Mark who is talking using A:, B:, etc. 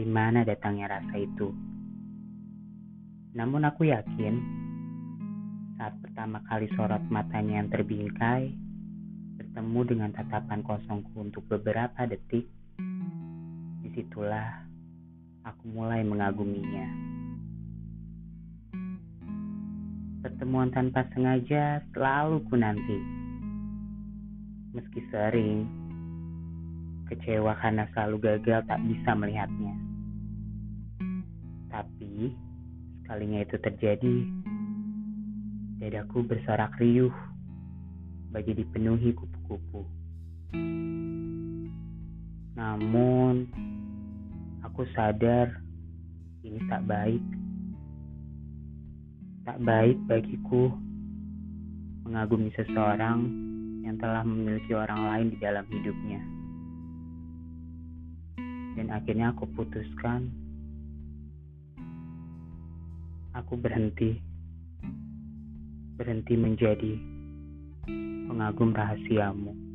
A: dari mana datangnya rasa itu. Namun aku yakin, saat pertama kali sorot matanya yang terbingkai, bertemu dengan tatapan kosongku untuk beberapa detik, disitulah aku mulai mengaguminya. Pertemuan tanpa sengaja selalu ku nanti. Meski sering kecewa karena selalu gagal tak bisa melihatnya. Tapi sekalinya itu terjadi, dadaku bersorak riuh bagi dipenuhi kupu-kupu. Namun aku sadar ini tak baik. Tak baik bagiku mengagumi seseorang yang telah memiliki orang lain di dalam hidupnya. Dan akhirnya aku putuskan, aku berhenti menjadi pengagum rahasiamu.